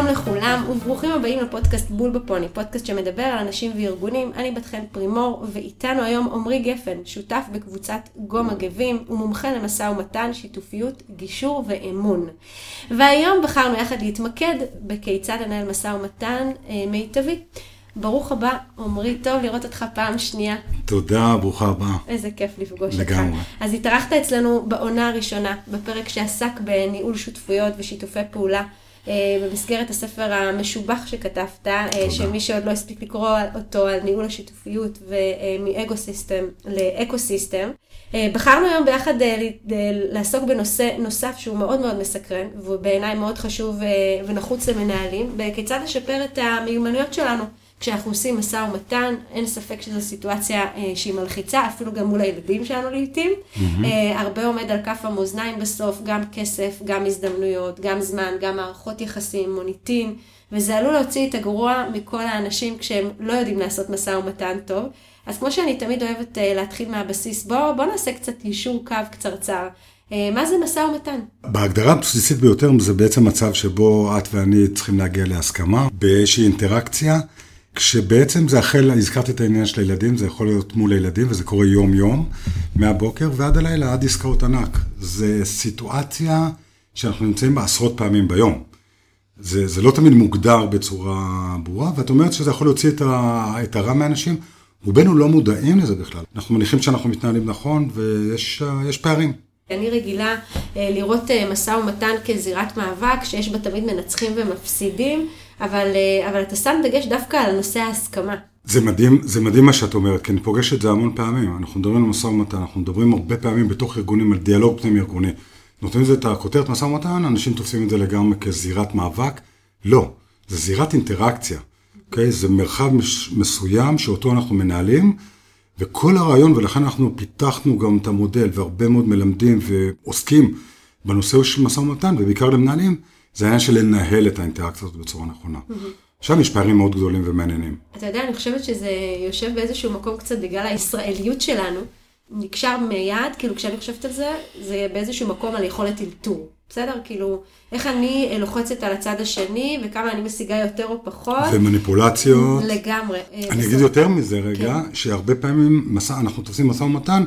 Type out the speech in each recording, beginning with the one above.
שלום לכולם וברוכים הבאים לפודקאסט בול בפוני, פודקאסט שמדבר על אנשים וארגונים. אני בת חן פרימור ואיתנו היום עומרי גפן, שותף בקבוצת גו מגבים ומומחה למשא ומתן, שיתופיות, גישור ואמון. והיום בחרנו יחד להתמקד בכיצד לנהל משא ומתן מיטבי. ברוך הבא, עומרי, טוב לראות אותך פעם שנייה. תודה, ברוכה הבאה. איזה כיף לפגוש אותך. לגמרי. אז התארחת אצלנו בעונה הראשונה, בפרק שעסק בניהול שותפויות ושיתופי פעולה, במסגרת הספר המשובח שכתבת, שמי שעוד לא הספיק לקרוא אותו על ניהול השיתופיות ומאגוסיסטם לאקוסיסטם. בחרנו היום ביחד לעסוק בנושא נוסף שהוא מאוד מאוד מסקרן, ובעיניי מאוד חשוב ונחוץ למנהלים, בכיצד לשפר את המיומנויות שלנו. כשאנחנו עושים משא ומתן, אין ספק שזו סיטואציה שהיא מלחיצה, אפילו גם מול הילדים שלנו לעתים. הרבה עומד על כף המאזניים בסוף, גם כסף, גם הזדמנויות, גם זמן, גם מערכות יחסים, מוניטין, וזה עלול להוציא את הגרוע מכל האנשים כשהם לא יודעים לעשות משא ומתן טוב. אז כמו שאני תמיד אוהבת להתחיל מהבסיס, בוא נעשה קצת יישור קו קצרצר. מה זה משא ומתן? בהגדרה הבסיסית ביותר זה בעצם מצב שבו את ואני צריכים להגיע להסכמה, באיזושהי אינטראקציה, כשבעצם זה החל, הזכרתי את העניין של הילדים, זה יכול להיות מול הילדים, וזה קורה יום-יום, מהבוקר ועד הלילה, עד עסקאות ענק. זה סיטואציה שאנחנו נמצאים בה עשרות פעמים ביום. זה לא תמיד מוגדר בצורה ברורה, ואת אומרת שזה יכול להוציא את הרע מאנשים, רובנו לא מודעים לזה בכלל. אנחנו מניחים שאנחנו מתנהלים נכון, ויש פערים. אני רגילה לראות משא ומתן כזירת מאבק, שיש בה תמיד מנצחים ומפסידים, אבל אתה שם דגש דווקא על נושא ההסכמה. זה מדהים מה שאת אומרת, כי אני פוגש את זה המון פעמים. אנחנו מדברים על משא ומתן, אנחנו מדברים הרבה פעמים בתוך ארגונים על דיאלוג פנים ארגוני. נותנים את זה את הכותרת משא ומתן, אנשים תופסים את זה לגמרי כזירת מאבק. לא, זה זירת אינטראקציה. אוקיי? זה מרחב מסוים שאותו אנחנו מנהלים, וכל הרעיון, ולכן אנחנו פיתחנו גם את המודל, והרבה מאוד מלמדים ועוסקים בנושא של משא ומתן, ובעיקר למנהלים, זה העניין של לנהל את האינטראקציה הזאת בצורה נכונה. שם יש פערים מאוד גדולים ומעניינים. אתה יודע, אני חושבת שזה יושב באיזשהו מקום קצת בגלל הישראליות שלנו, נקשר מיד, כאילו כשאני חושבת על זה, זה באיזשהו מקום על יכולת אלתור. בסדר? כאילו, איך אני לוחצת על הצד השני, וכמה אני משיגה יותר או פחות. ומניפולציות. לגמרי. אני אגיד יותר מזה רגע, שהרבה פעמים אנחנו תופסים משא ומתן,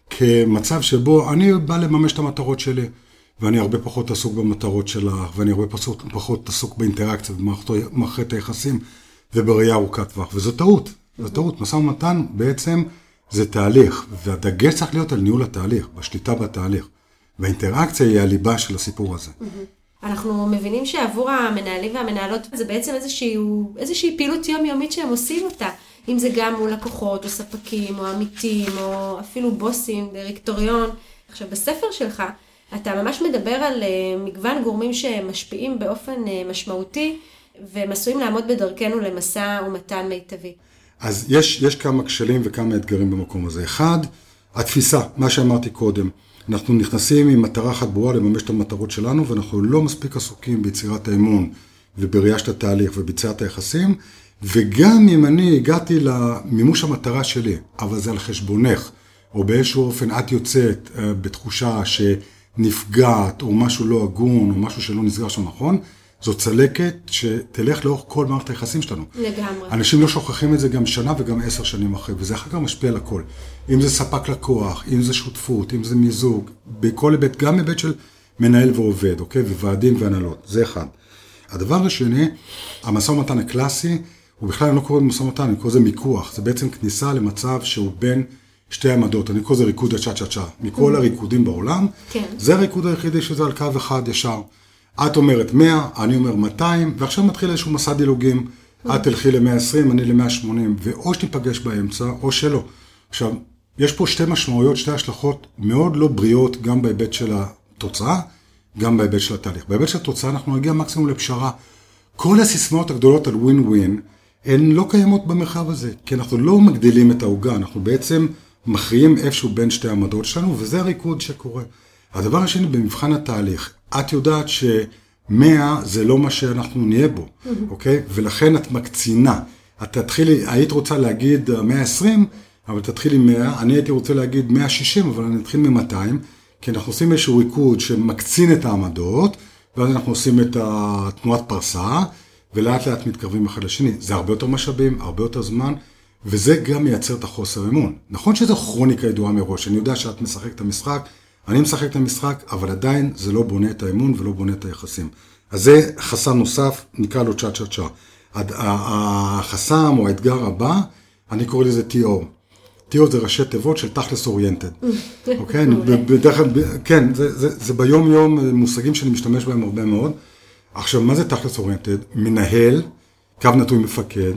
כמצב שבו אני בא לממש את המטרות שלי, ואני הרבה פחות עסוק במטרות שלך, ואני הרבה פחות עסוק באינטראקציה, במערכת היחסים, ובראייה ארוכת טווח. וזו טעות. זו טעות. משא ומתן בעצם זה תהליך, והדגש צריך להיות על ניהול התהליך, בשליטה בתהליך. והאינטראקציה היא הליבה של הסיפור הזה. אנחנו מבינים שעבור המנהלים והמנהלות זה בעצם איזושהי פעילות יומיומית שהם עושים אותה. אם זה גם מול לקוחות או ספקים או עמיתים או אפילו בוסים, דירקטוריון. עכשיו בספר שלך אתה ממש מדבר על מגוון גורמים שמשפיעים באופן משמעותי והם עשויים לעמוד בדרכנו למשא ומתן מיטבי. אז יש כמה כשלים וכמה אתגרים במקום הזה. אחד, התפיסה, מה שאמרתי קודם. אנחנו נכנסים עם מטרה אחת ברורה לממש את המטרות שלנו, ואנחנו לא מספיק עסוקים ביצירת האמון ובראייה של התהליך וביצירת היחסים, וגם אם אני הגעתי למימוש המטרה שלי, אבל זה על חשבונך, או באיזשהו אופן את יוצאת בתחושה שנפגעת, או משהו לא הגון, או משהו שלא נסגר שם נכון, זו צלקת שתלך לאורך כל מערכת היחסים שלנו. לגמרי. אנשים לא שוכחים את זה גם שנה וגם 10 שנים אחרי, וזה אחר כך משפיע על הכל. אם זה ספק לקוח, אם זה שותפות, אם זה מיזוג, בכל היבט, גם היבט של מנהל ועובד, אוקיי? וועדים והנהלות, זה אחד. הדבר השני, המשא ומתן הקלאסי, הוא בכלל אני לא קורא משא ומתן, אני קורא זה מיקוח. זה בעצם כניסה למצב שהוא בין שתי עמדות. אני קורא זה ריקוד הצ'ה-צ'ה-צ'ה. מכל הריקודים בעולם, כן. זה הריקוד היחידי שזה על קו אחד ישר. את אומרת 100, אני אומר 200, ועכשיו מתחיל איזשהו מסע דילוגים. את תלכי ל-120, אני ל-180, ואו שתיפגש באמצע, או שלא. עכשיו, יש פה שתי משמעויות, שתי השלכות מאוד לא בריאות, גם בהיבט של התוצאה, גם בהיבט של התהליך. בהיבט של התוצאה אנחנו נגיע מקסימום לפשרה. כל הסיסמאות הגדולות על ווין-ווין, הן לא קיימות במרחב הזה, כי אנחנו לא מגדילים את ההוגה, אנחנו בעצם מכריעים איפשהו בין שתי העמדות שלנו, וזה הריקוד שקורה. הדבר השני, במבחן התהליך, את יודעת ש100 זה לא מה שאנחנו נהיה בו, אוקיי? ולכן את מקצינה. את תתחילי, היית רוצה להגיד 120, אבל תתחילי 100, אני הייתי רוצה להגיד 160, אבל אני אתחיל מ-200, כי אנחנו עושים איזשהו ריקוד שמקצין את העמדות, ואז אנחנו עושים את התנועת פרסה, ולאט לאט מתקרבים אחד לשני. זה הרבה יותר משאבים, הרבה יותר זמן, וזה גם מייצר את החוסר אמון. נכון שזו כרוניקה ידועה מראש, אני יודע שאת משחק את המשחק, אני משחק את המשחק, אבל עדיין זה לא בונה את האמון ולא בונה את היחסים. אז זה חסם נוסף, נקרא לו צ'ה. החסם או האתגר הבא, אני קורא לזה TO. TO זה ראשי תיבות של תכלס אוריינטד. אוקיי? כן, זה ביום יום מושגים שאני משתמש בהם הרבה מאוד. עכשיו, מה זה תכלס אוריינטד? מנהל, קו נטוי מפקד,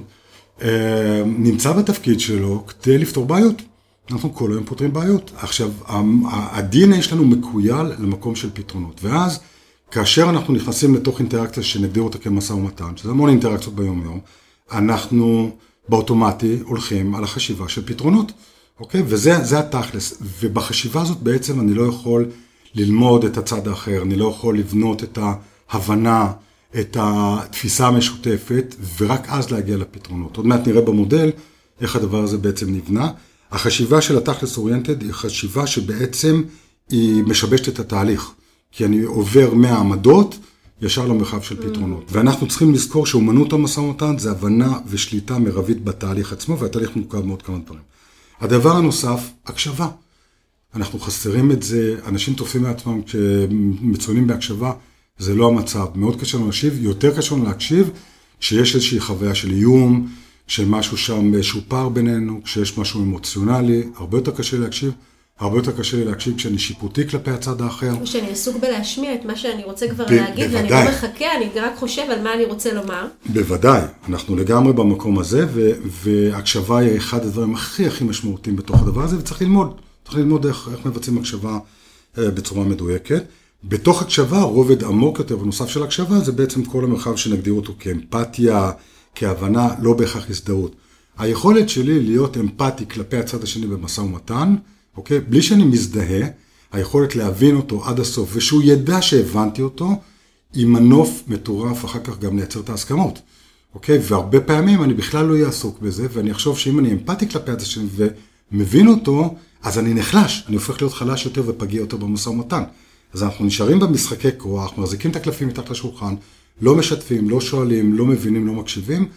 נמצא בתפקיד שלו כדי לפתור בעיות. אנחנו כל היום פותרים בעיות. עכשיו, ה-DNA שלנו מקוייל למקום של פתרונות. ואז, כאשר אנחנו נכנסים לתוך אינטראקציה שנגדיר אותה כמשא ומתן, שזה המון אינטראקציות ביום יום, אנחנו באוטומטי הולכים על החשיבה של פתרונות. אוקיי? וזה התכלס. ובחשיבה הזאת בעצם אני לא יכול ללמוד את הצד האחר, אני לא יכול לבנות את ההבנה, את התפיסה המשותפת, ורק אז להגיע לפתרונות. עוד מעט נראה במודל איך הדבר הזה בעצם נבנה. החשיבה של התכלס אוריינטד היא חשיבה שבעצם היא משבשת את התהליך. כי אני עובר מהעמדות ישר למרחב של פתרונות. ואנחנו צריכים לזכור שאומנות המשא ומתן זה הבנה ושליטה מרבית בתהליך עצמו, והתהליך מורכב מאוד כמה דברים. הדבר הנוסף, הקשבה. אנחנו חסרים את זה, אנשים תופסים מעצמם כשמצוינים בהקשבה, זה לא המצב. מאוד קשה לנו להקשיב, יותר קשה לנו להקשיב כשיש איזושהי חוויה של איום, כשמשהו שם שופר בינינו, כשיש משהו אמוציונלי, הרבה יותר קשה להקשיב. הרבה יותר קשה לי להקשיב כשאני שיפוטי כלפי הצד האחר. או שאני עסוק בלהשמיע את מה שאני רוצה כבר להגיד, ואני לא מחכה, אני רק חושב על מה אני רוצה לומר. בוודאי, אנחנו לגמרי במקום הזה, והקשבה היא אחד הדברים הכי משמעותיים בתוך הדבר הזה, וצריך ללמוד. צריך ללמוד איך מבצעים הקשבה בצורה מדויקת. בתוך הקשבה, רובד עמוק יותר ונוסף של הקשבה, זה בעצם כל המרחב שנגדיר אותו כאמפתיה, כהבנה, לא בהכרח הזדהות. היכולת שלי להיות אמפתי כלפי הצד השני במשא ומתן, אוקיי? בלי שאני מזדהה, היכולת להבין אותו עד הסוף, ושהוא ידע שהבנתי אותו, עם מנוף מטורף, אחר כך גם לייצר את ההסכמות. אוקיי? והרבה פעמים אני בכלל לא אעסוק בזה, ואני אחשוב שאם אני אמפתי כלפי הצד השני ומבין אותו, אז אני נחלש, אני הופך להיות חלש יותר ופגיע יותר במשא ומתן. אז אנחנו נשארים במשחקי כוח, מחזיקים את הקלפים מתחת לשולחן, לא משתפים, לא שואלים, לא מבינים, לא מקשיבים,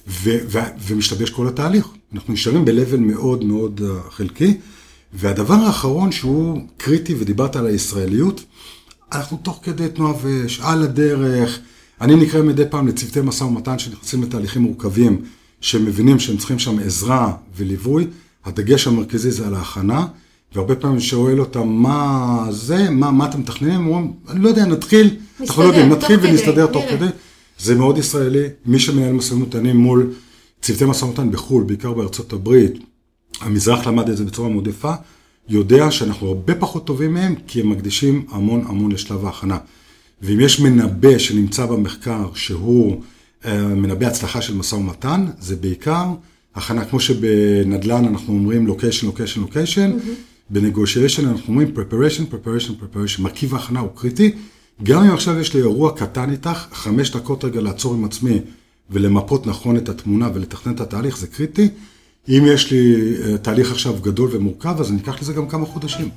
ומשתבש כל התהליך. אנחנו נשארים ב-level מאוד מאוד חלקי, והדבר האחרון שהוא קריטי, ודיברת על הישראליות, אנחנו תוך כדי תנועה ושאל הדרך, אני נקרא מדי פעם לצוותי משא ומתן שנכנסים לתהליכים מורכבים, שמבינים שהם צריכים שם עזרה וליווי, הדגש המרכזי זה על ההכנה, והרבה פעמים אני שואל אותם מה זה, מה אתם מתכננים, אומרים, אני לא יודע, נתחיל, אנחנו לא יודעים, נתחיל ונסתדר תוך כדי, זה מאוד ישראלי, מי שמנהל משא ומתנים מול צוותי משא ומתן בחו"ל, בעיקר בארצות הברית, המזרח למד את זה בצורה מאוד יפה, יודע שאנחנו הרבה פחות טובים מהם, כי הם מקדישים המון לשלב ההכנה. ואם יש מנבא שנמצא במחקר שהוא מנבא הצלחה של משא ומתן, זה בעיקר הכנה, כמו שבנדל"ן אנחנו אומרים location, בנגושיישן אנחנו אומרים preparation, מרכיב ההכנה הוא קריטי, גם אם עכשיו יש לי אירוע קטן איתך, 5 דקות רגע לעצור עם עצמי, ולמפות נכון את התמונה ולתכנן את התהליך, זה קריטי. אם יש לי תהליך עכשיו גדול ומורכב, אז אני אקח לזה גם כמה חודשים.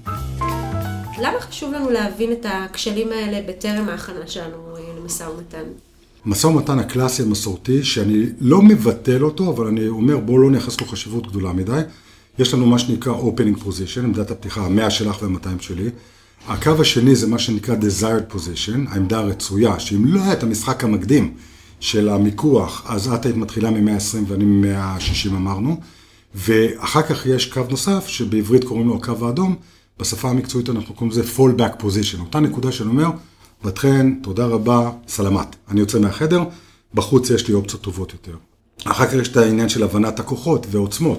למה חשוב לנו להבין את הכשלים האלה בטרם ההכנה שלנו למשא ומתן? משא ומתן הקלאסי המסורתי, שאני לא מבטל אותו, אבל אני אומר, בואו לא נייחס לו חשיבות גדולה מדי. יש לנו מה שנקרא opening position, עמדת הפתיחה, 100 שלך ו-200 שלי. הקו השני זה מה שנקרא desired position, העמדה הרצויה, שאם לא היה את המשחק המקדים של המיקוח, אז את היית מתחילה מ-120 ואני מ-160 אמרנו, ואחר כך יש קו נוסף, שבעברית קוראים לו הקו האדום, בשפה המקצועית אנחנו קוראים לזה fall back position, אותה נקודה שאני אומר, בתכן, תודה רבה, סלמת. אני יוצא מהחדר, בחוץ יש לי אופציות טובות יותר. אחר כך יש את העניין של הבנת הכוחות ועוצמות.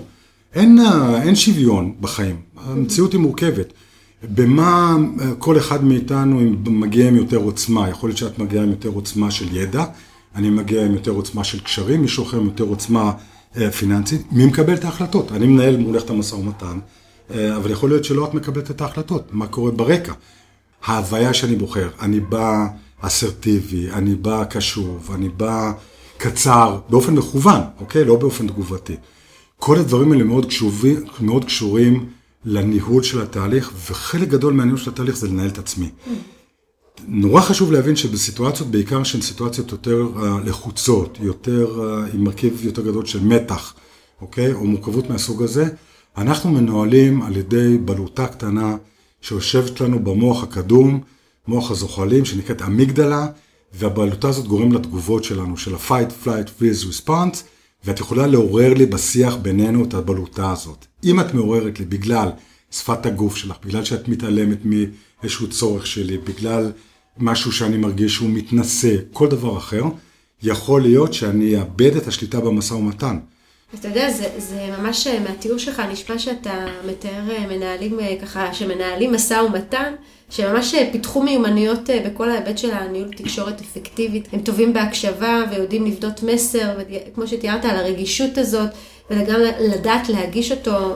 אין שוויון בחיים, המציאות היא מורכבת. במה כל אחד מאיתנו מגיע עם יותר עוצמה? יכול להיות שאת מגיעה עם יותר עוצמה של ידע, אני מגיע עם יותר עוצמה של קשרים, מישהו אחר עם יותר עוצמה פיננסית. מי מקבל את ההחלטות? אני מנהל מולך את המשא ומתן, אבל יכול להיות שלא את מקבלת את ההחלטות. מה קורה ברקע? ההוויה שאני בוחר, אני בא אסרטיבי, אני בא קשוב, אני בא קצר, באופן מכוון, אוקיי? לא באופן תגובתי. כל הדברים האלה מאוד קשורים לניהול של התהליך, וחלק גדול מהניהול של התהליך זה לנהל את עצמי. נורא חשוב להבין שבסיטואציות, בעיקר שהן סיטואציות יותר לחוצות, יותר עם מרכיב יותר גדול של מתח, אוקיי? או מורכבות מהסוג הזה, אנחנו מנוהלים על ידי בלוטה קטנה שיושבת לנו במוח הקדום, מוח הזוחלים, שנקראת אמיגדלה, והבלוטה הזאת גורם לתגובות שלנו, של ה-fight, flight, freeze, response, ואת יכולה לעורר לי בשיח בינינו את הבלוטה הזאת. אם את מעוררת לי בגלל שפת הגוף שלך, בגלל שאת מתעלמת מאיזשהו צורך שלי, בגלל משהו שאני מרגיש שהוא מתנשא, כל דבר אחר, יכול להיות שאני אאבד את השליטה במשא ומתן. אתה יודע, זה ממש מהתיאור שלך, נשמע שאתה מתאר מנהלים ככה, שמנהלים משא ומתן, שממש פיתחו מיומנויות בכל ההיבט של הניהול תקשורת אפקטיבית. הם טובים בהקשבה ויודעים לבדות מסר, וכמו שתיארת על הרגישות הזאת, וגם לדעת להגיש אותו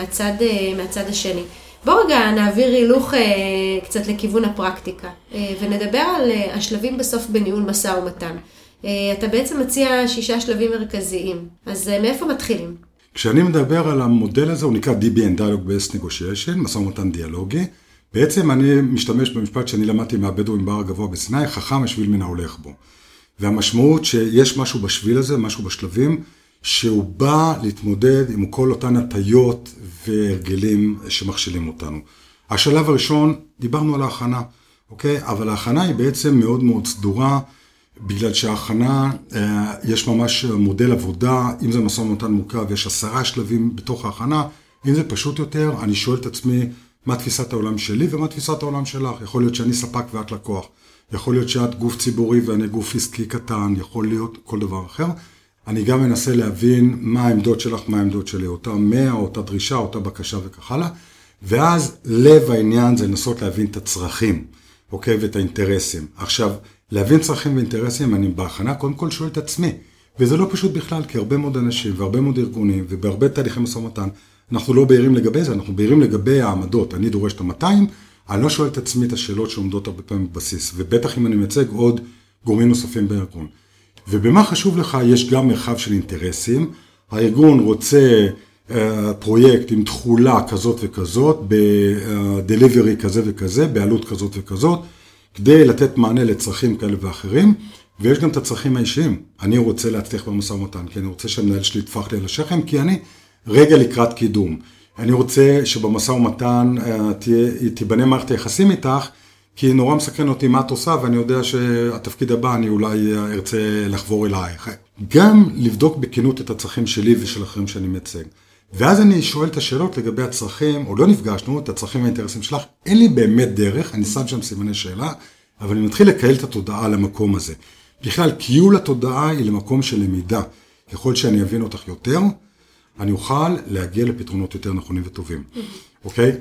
מהצד השני. בוא רגע נעביר הילוך קצת לכיוון הפרקטיקה, ונדבר על השלבים בסוף בניהול משא ומתן. אתה בעצם מציע 6 שלבים מרכזיים, אז מאיפה מתחילים? כשאני מדבר על המודל הזה, הוא נקרא DBN, Dialogue Based Negotiation, משא ומתן דיאלוגי. בעצם אני משתמש במשפט שאני למדתי מהבדואים בהר הגבוה בסיני, חכם השביל מן ההולך בו. והמשמעות שיש משהו בשביל הזה, משהו בשלבים, שהוא בא להתמודד עם כל אותן הטיות והרגלים שמכשילים אותנו. השלב הראשון, דיברנו על ההכנה, אוקיי? אבל ההכנה היא בעצם מאוד מאוד סדורה, בגלל שההכנה, יש ממש מודל עבודה, אם זה משא ומתן מורכב, יש 10 שלבים בתוך ההכנה, אם זה פשוט יותר, אני שואל את עצמי, מה תפיסת העולם שלי ומה תפיסת העולם שלך? יכול להיות שאני ספק ואת לקוח, יכול להיות שאת גוף ציבורי ואני גוף עסקי קטן, יכול להיות כל דבר אחר. אני גם מנסה להבין מה העמדות שלך, מה העמדות שלי, אותה 100, אותה דרישה, אותה בקשה וכך הלאה. ואז לב העניין זה לנסות להבין את הצרכים, אוקיי, ואת האינטרסים. עכשיו, להבין צרכים ואינטרסים, אני בהכנה קודם כל שואל את עצמי. וזה לא פשוט בכלל, כי הרבה מאוד אנשים והרבה מאוד ארגונים ובהרבה תהליכי משא ומתן, אנחנו לא בהירים לגבי זה, אנחנו בהירים לגבי העמדות. אני דורש את ה-200, אני לא שואל את עצמי את השאלות שעומדות הרבה פעמים בבסיס, ובטח אם אני מייצג עוד גורמים נוספים בארגון. ובמה חשוב לך, יש גם מרחב של אינטרסים. הארגון רוצה פרויקט עם תחולה כזאת וכזאת, בדליברי כזה וכזה, בעלות כזאת וכזאת, כדי לתת מענה לצרכים כאלה ואחרים, ויש גם את הצרכים האישיים. אני רוצה להצליח במשא ומתן, כי אני רוצה שהמנהל שלי יטפח לי על השכם, כי אני רגע לקראת קידום. אני רוצה שבמשא ומתן תיבנה מערכת היחסים איתך, כי נורא מסקרן אותי מה את עושה, ואני יודע שהתפקיד הבא אני אולי ארצה לחבור אלייך. גם לבדוק בכנות את הצרכים שלי ושל אחרים שאני מייצג. ואז אני שואל את השאלות לגבי הצרכים, או לא נפגשנו, את הצרכים והאינטרסים שלך. אין לי באמת דרך, אני שם שם סימני שאלה, אבל אני מתחיל לקהל את התודעה למקום הזה. בכלל, קיול התודעה היא למקום של למידה. ככל שאני אבין אותך יותר, אני אוכל להגיע לפתרונות יותר נכונים וטובים. אוקיי?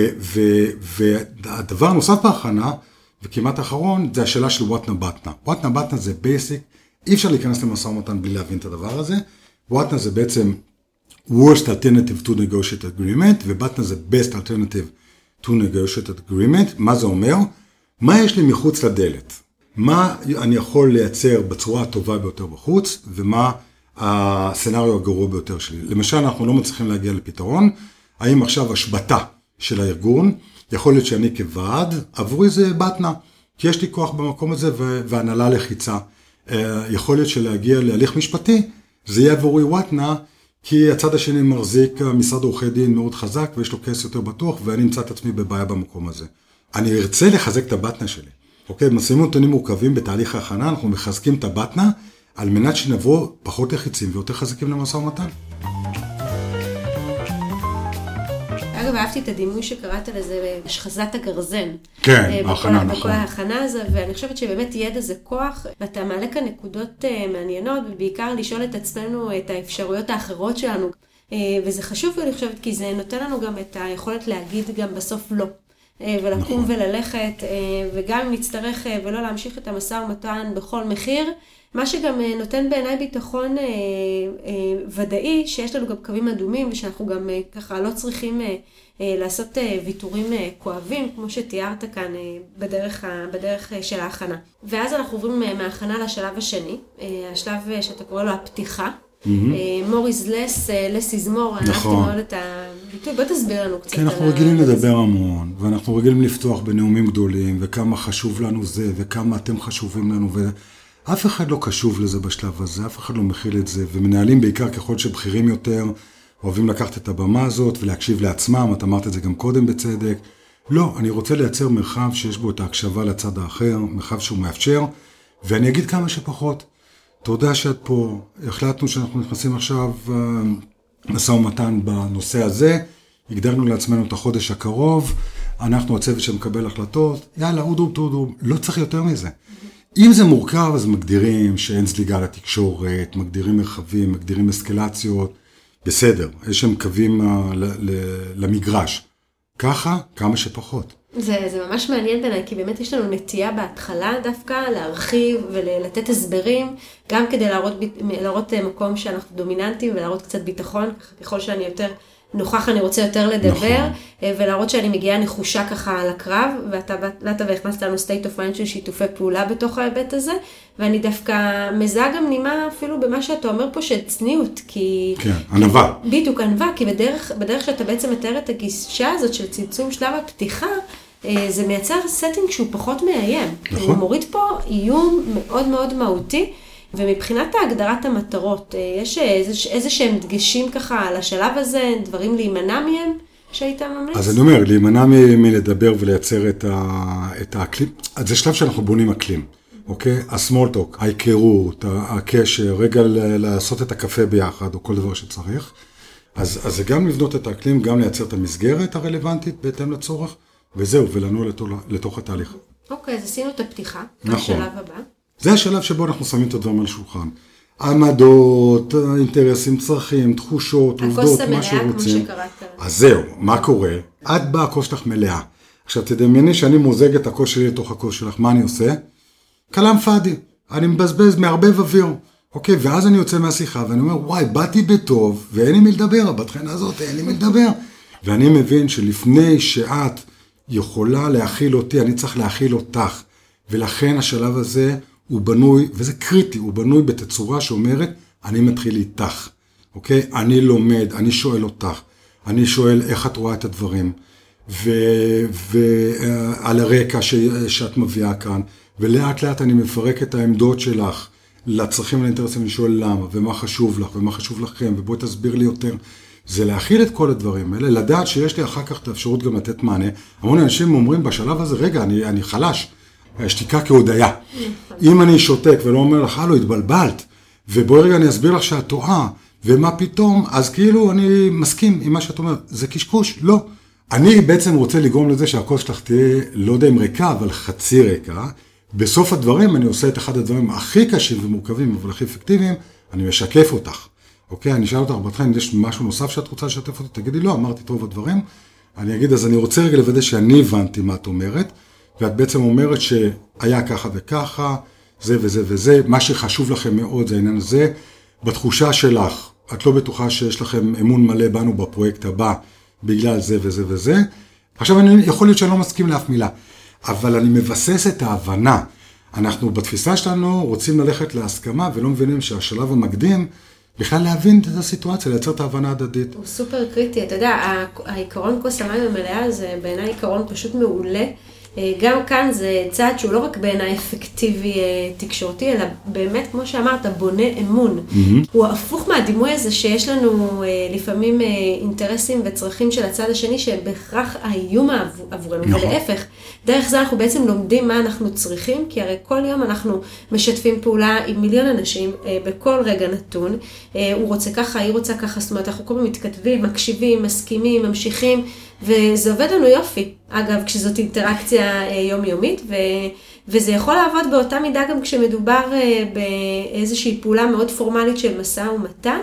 והדבר הנוסף בהכנה, וכמעט האחרון, זה השאלה של וואטנה בטנה. וואטנה בטנה זה בייסיק, אי אפשר להיכנס למשא ומתן בלי להבין את הדבר הזה. וואטנה זה בעצם worst alternative to negotiated agreement, ובטנה זה best alternative to negotiated agreement. מה זה אומר? מה יש לי מחוץ לדלת? מה אני יכול לייצר בצורה הטובה ביותר בחוץ, ומה הסצנריו הגרוע ביותר שלי. למשל, אנחנו לא מצליחים להגיע לפתרון, האם עכשיו השבטה של הארגון, יכול להיות שאני כוועד, עבורי זה בטנה, כי יש לי כוח במקום הזה והנהלה לחיצה. יכול להיות שלהגיע להליך משפטי, זה יהיה עבורי וואטנה, כי הצד השני מחזיק משרד עורכי דין מאוד חזק, ויש לו כס יותר בטוח, ואני אמצא את עצמי בבעיה במקום הזה. אני ארצה לחזק את הבטנה שלי. אוקיי, מסיימים נתונים מורכבים בתהליך ההכנה, אנחנו מחזקים את הבטנה, על מנת שנבוא פחות לחיצים ויותר חזקים למשא ומתן. אגב, אהבתי את הדימוי שקראת לזה, השחזת הגרזן. כן, ההכנה, נכון. בכל ההכנה הזו, ואני חושבת שבאמת ידע זה כוח, ואתה מעלה כאן נקודות מעניינות, ובעיקר לשאול את עצמנו את האפשרויות האחרות שלנו. וזה חשוב, אני חושבת, כי זה נותן לנו גם את היכולת להגיד גם בסוף לא. ולקום וללכת, וגם אם נצטרך ולא להמשיך את המשא ומתן בכל מחיר, מה שגם נותן בעיניי ביטחון ודאי, שיש לנו גם קווים אדומים, ושאנחנו גם ככה לא צריכים לעשות ויתורים כואבים, כמו שתיארת כאן בדרך של ההכנה. ואז אנחנו עוברים מההכנה לשלב השני, השלב שאתה קורא לו הפתיחה. more is less, less is more, אהבתי מאוד את הביטוי, בוא תסביר לנו קצת. כי אנחנו רגילים לדבר המון, ואנחנו רגילים לפתוח בנאומים גדולים, וכמה חשוב לנו זה, וכמה אתם חשובים לנו, ואף אחד לא קשוב לזה בשלב הזה, אף אחד לא מכיל את זה, ומנהלים בעיקר ככל שבכירים יותר, אוהבים לקחת את הבמה הזאת ולהקשיב לעצמם, את אמרת את זה גם קודם בצדק. לא, אני רוצה לייצר מרחב שיש בו את ההקשבה לצד האחר, מרחב שהוא מאפשר, ואני אגיד כמה שפחות. תודה שאת פה, החלטנו שאנחנו נכנסים עכשיו משא ומתן בנושא הזה, הגדרנו לעצמנו את החודש הקרוב, אנחנו הצוות שמקבל החלטות, יאללה, אודו, לא צריך יותר מזה. אם זה מורכב, אז מגדירים שאין זליגה לתקשורת, מגדירים מרחבים, מגדירים אסקלציות, בסדר, יש שם קווים למגרש. ככה, כמה שפחות. זה ממש מעניין בעיניי, כי באמת יש לנו נטייה בהתחלה דווקא להרחיב ולתת הסברים, גם כדי להראות מקום שאנחנו דומיננטים ולהראות קצת ביטחון, ככל שאני יותר נוכח אני רוצה יותר לדבר, ולהראות שאני מגיעה נחושה ככה על הקרב, ואתה והכנסת לנו state of mind של שיתופי פעולה בתוך ההיבט הזה, ואני דווקא מזהה גם נימה אפילו במה שאתה אומר פה של צניעות, כי... כן, ענווה. בדיוק, ענווה, כי בדרך שאתה בעצם מתאר את הגישה הזאת של צמצום שלב הפתיחה, זה מייצר סטינג שהוא פחות מאיים. נכון. הוא מוריד פה איום מאוד מאוד מהותי, ומבחינת הגדרת המטרות, יש איזה שהם דגשים ככה על השלב הזה, דברים להימנע מהם שהיית ממליץ? אז אני אומר, להימנע מלדבר ולייצר את האקלים, אז זה שלב שאנחנו בונים אקלים, אוקיי? הסמולטוק, ההיכרות, הקשר, רגע לעשות את הקפה ביחד, או כל דבר שצריך. אז זה גם לבנות את האקלים, גם לייצר את המסגרת הרלוונטית בהתאם לצורך, וזהו, ולנו לתוך התהליך. אוקיי, אז עשינו את הפתיחה. נכון. השלב הבא. זה השלב שבו אנחנו שמים את הדברים על השולחן. עמדות, אינטרסים, צרכים, תחושות, עובדות, מה שרוצים. הכוס המלאה, כמו שקראת. אז זהו, מה קורה? את באה, הכוס שלך מלאה. עכשיו תדמייני שאני מוזג את הכוס שלי לתוך הכוס שלך, מה אני עושה? כלם פאדי, אני מבזבז, מערבב אוויר. אוקיי, ואז אני יוצא מהשיחה ואני אומר, וואי, באתי בטוב, ואין לי מי לדבר, בתחינה הזאת אין לי מי לדבר. ואני מבין שלפני שאת יכולה להכיל אותי, אני צריך להכיל אותך. ולכן השלב הזה הוא בנוי, וזה קריטי, הוא בנוי בתצורה שאומרת, אני מתחיל איתך, אוקיי? אני לומד, אני שואל אותך, אני שואל איך את רואה את הדברים, ועל הרקע שאת מביאה כאן, ולאט לאט אני מפרק את העמדות שלך, לצרכים ולאינטרסים, אני שואל למה, ומה חשוב לך, ומה חשוב לכם, ובואי תסביר לי יותר. זה להכיל את כל הדברים האלה, לדעת שיש לי אחר כך את האפשרות גם לתת מענה. המון אנשים אומרים בשלב הזה, רגע, אני חלש. השתיקה כהודיה. אם אני שותק ולא אומר לך, לא, התבלבלת, ובואי רגע אני אסביר לך שאת טועה, ומה פתאום, אז כאילו אני מסכים עם מה שאת אומרת. זה קשקוש? לא. אני בעצם רוצה לגרום לזה שהכוס שלך תהיה, לא יודע אם ריקה, אבל חצי ריקה. בסוף הדברים אני עושה את אחד הדברים הכי קשים ומורכבים, אבל הכי אפקטיביים, אני משקף אותך. אוקיי? אני אשאל אותך, בתחילה, יש משהו נוסף שאת רוצה לשתף אותי? תגידי, לא, אמרתי טוב הדברים. אני אגיד, אז אני רוצה רגע לוודא שאני הבנתי מה את אומרת, ואת בעצם אומרת שהיה ככה וככה, זה וזה וזה, מה שחשוב לכם מאוד זה העניין הזה, בתחושה שלך, את לא בטוחה שיש לכם אמון מלא בנו בפרויקט הבא, בגלל זה וזה וזה, עכשיו אני יכול להיות שאני לא מסכים לאף מילה, אבל אני מבסס את ההבנה, אנחנו בתפיסה שלנו רוצים ללכת להסכמה, ולא מבינים שהשלב המקדים, בכלל להבין את הסיטואציה, לייצר את ההבנה הדדית. הוא סופר קריטי, אתה יודע, העיקרון כוס המים המלאה זה בעיניי עיקרון פשוט מעולה, גם כאן זה צעד שהוא לא רק בעיניי אפקטיבי תקשורתי, אלא באמת, כמו שאמרת, בונה אמון. הוא הפוך מהדימוי הזה שיש לנו לפעמים אינטרסים וצרכים של הצד השני, שהם בהכרח האיום עבורנו, ולהפך. דרך זה אנחנו בעצם לומדים מה אנחנו צריכים, כי הרי כל יום אנחנו משתפים פעולה עם מיליון אנשים, בכל רגע נתון. הוא רוצה ככה, היא רוצה ככה, זאת אומרת, אנחנו כל פעם מתכתבים, מקשיבים, מסכימים, ממשיכים, וזה עובד לנו יופי. אגב, כשזאת אינטראקציה יומיומית, וזה יכול לעבוד באותה מידה גם כשמדובר באיזושהי פעולה מאוד פורמלית של משא ומתן,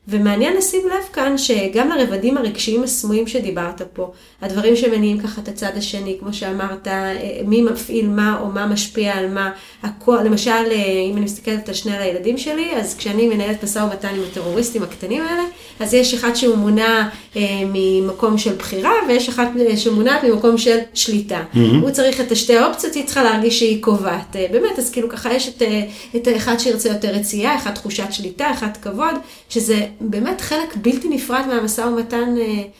ומעניין לשים לב כאן שגם הרבדים הרגשיים הסמויים שדיברת פה, הדברים שמניעים ככה את הצד השני, כמו שאמרת, מי מפעיל מה או מה משפיע על מה, למשל, אם אני מסתכלת על שני הילדים שלי, אז כשאני מנהלת משא ומתן עם הטרוריסטים הקטנים האלה, אז יש אחד שהוא מונע ממקום של בחירה, ויש אחד שמונעת ממקום של שליטה. הוא צריך את השתי האופציות, היא צריכה להרגיש שהיא קובעת. באמת, אז כאילו ככה יש את האחד שירצה יותר רצייה, אחד תחושת שליטה, אחד כבוד, שזה באמת חלק בלתי נפרד מהמשא ומתן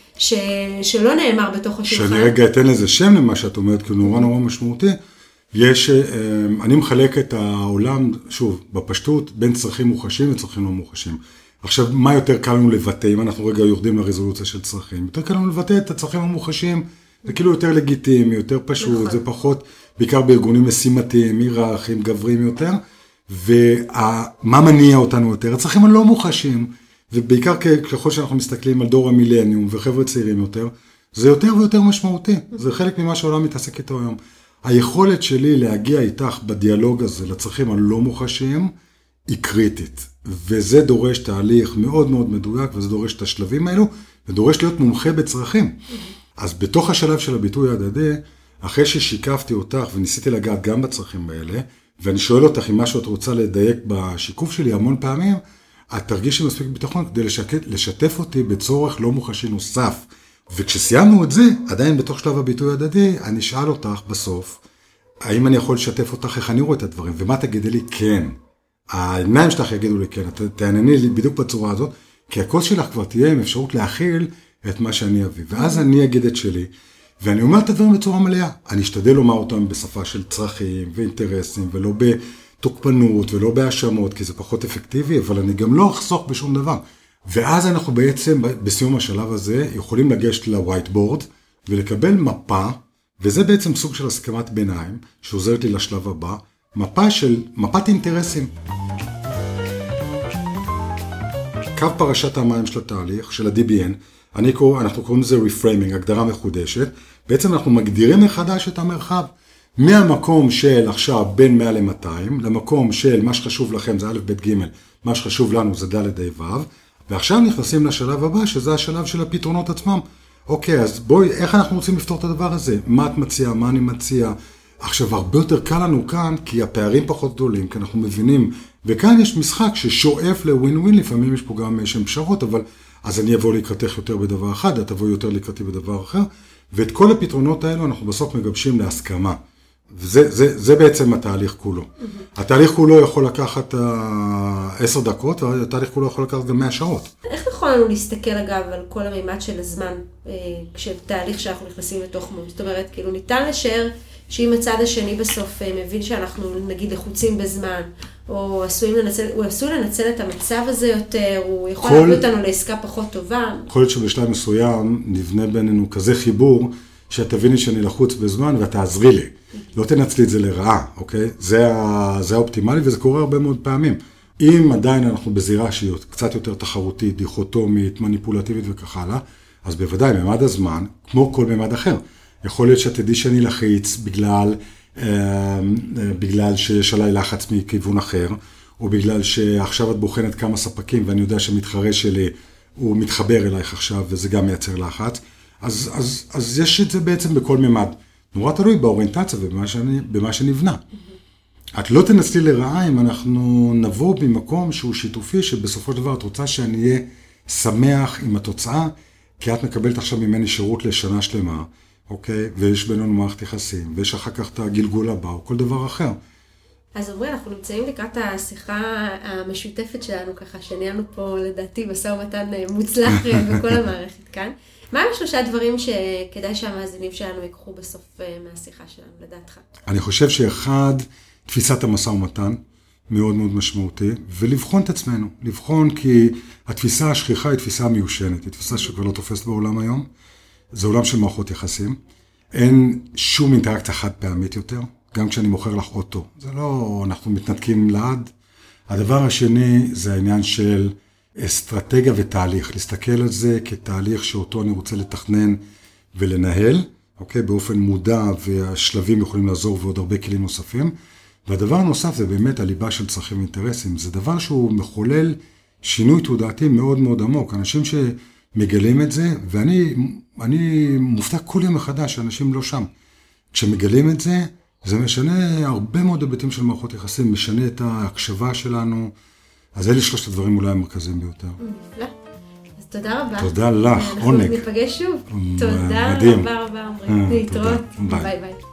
שלא נאמר בתוך השולחן. שאני רגע אתן לזה שם למה שאת אומרת, כי הוא נורא נורא משמעותי. אני מחלק את העולם, שוב, בפשטות, בין צרכים מוחשים וצרכים לא מוחשים. עכשיו, מה יותר קל לנו לבטא, אם אנחנו רגע יורדים לרזולוציה של צרכים? יותר קל לנו לבטא את הצרכים המוחשים, זה כאילו יותר לגיטימי, יותר פשוט, זה פחות, בעיקר בארגונים משימתיים, היררכיים, גבריים יותר, ומה מניע אותנו יותר? הצרכים הלא מוחשים, ובעיקר ככל שאנחנו מסתכלים על דור המילניום וחבר'ה צעירים יותר, זה יותר ויותר משמעותי, זה חלק ממה שהעולם מתעסק איתו היום. היכולת שלי להגיע איתך בדיאלוג הזה לצרכים הלא מוחשיים, היא קריטית, וזה דורש תהליך מאוד מאוד מדויק, וזה דורש את השלבים האלו, ודורש להיות מומחה בצרכים. אז בתוך השלב של הביטוי ההדדי, אחרי ששיקפתי אותך וניסיתי לגעת גם בצרכים האלה, ואני שואל אותך אם משהו את רוצה לדייק בשיקוף שלי המון פעמים, את תרגישי מספיק ביטחון כדי לשתף אותי בצורך לא מוחשי נוסף. וכשסיימנו את זה, עדיין בתוך שלב הביטוי ההדדי, אני אשאל אותך בסוף, האם אני יכול לשתף אותך איך אני רואה את הדברים, ומה תגידי לי כן. העיניים שלך יגידו לי כן, תענייני לי בדיוק בצורה הזאת, כי הקול שלך כבר תהיה עם אפשרות להכיל את מה שאני אביא. ואז אני אגיד את שלי, ואני אומר את הדברים בצורה מלאה. אני אשתדל לומר אותם בשפה של צרכים ואינטרסים, ולא בתוקפנות ולא בהאשמות, כי זה פחות אפקטיבי, אבל אני גם לא אחסוך בשום דבר. ואז אנחנו בעצם, בסיום השלב הזה, יכולים לגשת לווייטבורד, ולקבל מפה, וזה בעצם סוג של הסכמת ביניים, שעוזרת לי לשלב הבא, מפת אינטרסים. קו פרשת המים של התהליך, של ה-DBN, אנחנו קוראים לזה reframing, הגדרה מחודשת, בעצם אנחנו מגדירים מחדש את המרחב, מהמקום של עכשיו בין 100 ל-200, למקום של מה שחשוב לכם זה א' ב' ג', מה שחשוב לנו זה ד' ה' ו', ועכשיו נכנסים לשלב הבא, שזה השלב של הפתרונות עצמם. אוקיי, אז בואי, איך אנחנו רוצים לפתור את הדבר הזה? מה את מציעה? מה אני מציע? עכשיו, הרבה יותר קל לנו כאן, כי הפערים פחות גדולים, כי אנחנו מבינים, וכאן יש משחק ששואף לווין ווין, לפעמים יש פה גם שם פשרות, אבל אז אני אבוא לקראתך יותר בדבר אחד, את תבוא יותר לקראתי בדבר אחר, ואת כל הפתרונות האלו אנחנו בסוף מגבשים להסכמה. וזה בעצם התהליך כולו. התהליך כולו יכול לקחת 10 דקות, והתהליך כולו יכול לקחת גם 100 שעות. איך נכון לנו להסתכל אגב על כל המימד של הזמן, כשתהליך שאנחנו נכנסים לתוך מול? זאת אומרת, כאילו ניתן לשער שאם הצד השני בסוף מבין שאנחנו נגיד לחוצים בזמן, או עשוי לנצל את המצב הזה יותר, הוא יכול להביא אותנו לעסקה פחות טובה. יכול להיות שבשלב מסוים נבנה בינינו כזה חיבור, שאת תביני שאני לחוץ בזמן ואת תעזרי לי. לא תנצלי את זה לרעה, אוקיי? זה האופטימלי וזה קורה הרבה מאוד פעמים. אם עדיין אנחנו בזירה שהיא קצת יותר תחרותית, דיכוטומית, מניפולטיבית וכך הלאה, אז בוודאי ממד הזמן, כמו כל ממד אחר, יכול להיות שתדעי שאני לחיץ בגלל שיש עליי לחץ מכיוון אחר, או בגלל שעכשיו את בוחנת כמה ספקים ואני יודע שמתחרה שלי הוא מתחבר אלייך עכשיו וזה גם מייצר לחץ. אז יש את זה בעצם בכל ממד. נורא תלוי באוריינטציה ובמה שנבנה. את לא תנצלי לרעה אם אנחנו נבוא במקום שהוא שיתופי, שבסופו של דבר את רוצה שאני אהיה שמח עם התוצאה, כי את מקבלת עכשיו ממני שירות לשנה שלמה, אוקיי? ויש בינינו מערכת יחסים, ויש אחר כך את הגלגול הבא, או כל דבר אחר. אז עמרי, אנחנו נמצאים לקראת השיחה המשותפת שלנו, ככה שניהלנו פה לדעתי משא ומתן מוצלח בכל המערכת כאן. מה הם 3 דברים שכדאי שהמאזינים שלנו יקחו בסוף מהשיחה שלנו, לדעתך? אני חושב שאחד, תפיסת המשא ומתן, מאוד מאוד משמעותי, ולבחון את עצמנו. לבחון כי התפיסה השכיחה היא תפיסה מיושנת, היא תפיסה שכבר לא תופסת בעולם היום. זה עולם של מערכות יחסים. אין שום אינטראקציה חד פעמית יותר, גם כשאני מוכר לך אוטו. זה לא, אנחנו מתנתקים לעד. הדבר השני זה העניין של אסטרטגיה ותהליך, להסתכל על זה כתהליך שאותו אני רוצה לתכנן ולנהל, אוקיי? באופן מודע, והשלבים יכולים לעזור ועוד הרבה כלים נוספים. והדבר הנוסף זה באמת הליבה של צרכים ואינטרסים. זה דבר שהוא מחולל שינוי תודעתי מאוד מאוד עמוק. אנשים שמגלים את זה, ואני מופתע כל יום מחדש, אנשים לא שם. כשמגלים את זה, זה משנה הרבה מאוד היבטים של מערכות יחסים, משנה את ההקשבה שלנו, אז אלה שלושת הדברים אולי המרכזיים ביותר. נפלא. אז תודה רבה. תודה לך, עונג. אנחנו ניפגש שוב. תודה רבה עמרי. להתראות. ביי ביי.